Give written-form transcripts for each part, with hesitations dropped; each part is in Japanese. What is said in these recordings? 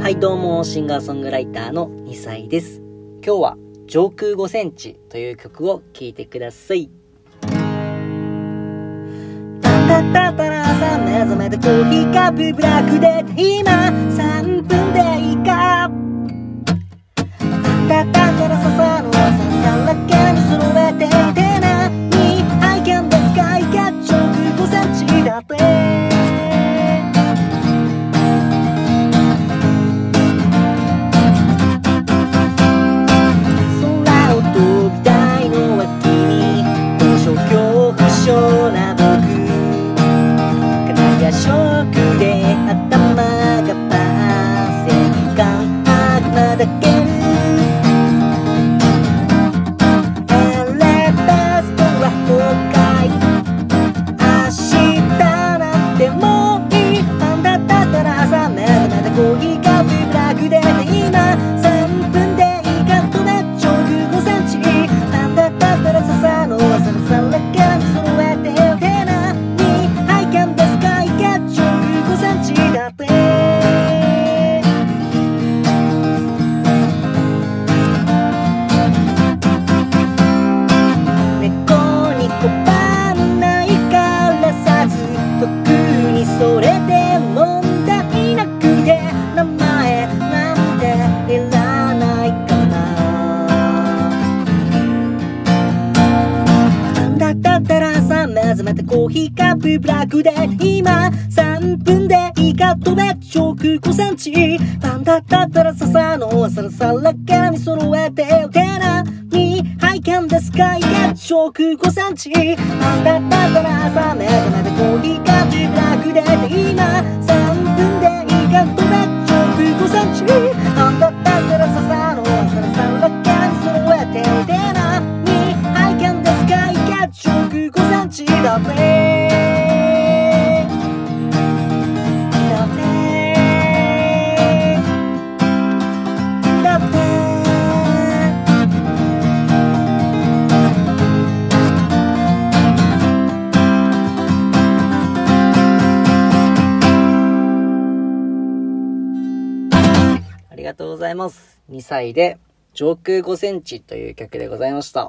はいどうも、シンガーソングライターの2歳です。今日は上空5センチという曲を聴いてください。タンタタタラ朝目覚めてコーヒーカップブラックで今3分でいいか。タンタタタラ笹の朝さらけに揃えていてなに I can the sky が上空5センチだってな僕かなやショックで頭がパーセン間悪魔だけるエレベーターは崩壊明日なんてもういいパンダだったら朝目覚めてコーヒーカップブラックで今3分でいいかとね上空5センチパンダだったら笹の朝のさらけに揃えててなに I can the sky が上空5センチだって猫に拒んないからさず特にそれで問題なくて名前なんていらないかなだったら朝目覚めてコーヒーカップブラックで今3分でいいか飛べ上空5センチパンダだったら笹の朝のさらけな見揃えてよてなに I can the sky が上空5センチパンダだったら朝目覚めてコーヒーカップブラックで今3分でいいか飛べ上空5センチパンダだったら笹の朝のさらけな見揃えてよてなに I can the sky が上空5センチだってありがとうございます。2歳で上空5センチという曲でございました。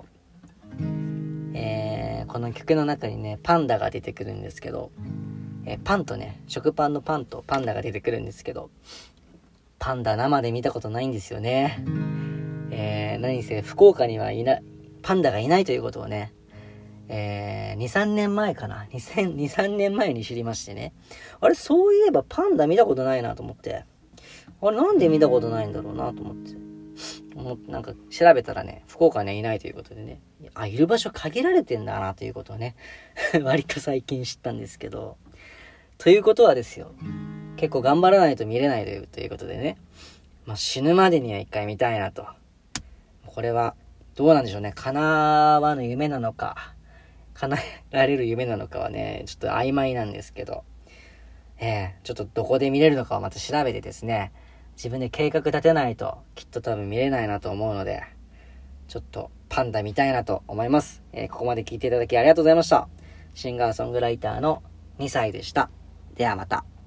この曲の中にねパンダが出てくるんですけど、パンとね食パンのパンとパンダが出てくるんですけど、パンダ生で見たことないんですよね。何せ福岡にはパンダがいないということをね、2、3年前かな2、3年前に知りましてね、あれそういえばパンダ見たことないなと思って、あれなんで見たことないんだろうなと思ってなんか調べたらね福岡にはいないということでね、いる場所限られてんだなということをね割と最近知ったんですけど、ということはですよ、結構頑張らないと見れないということでね、死ぬまでには一回見たいなと。これはどうなんでしょうね、叶わぬ夢なのか叶えられる夢なのかはねちょっと曖昧なんですけど、ちょっとどこで見れるのかをまた調べてですね、自分で計画立てないときっと多分見れないなと思うので、ちょっとパンダ見たいなと思います。ここまで聞いていただきありがとうございました。シンガーソングライターの2歳でした。ではまた。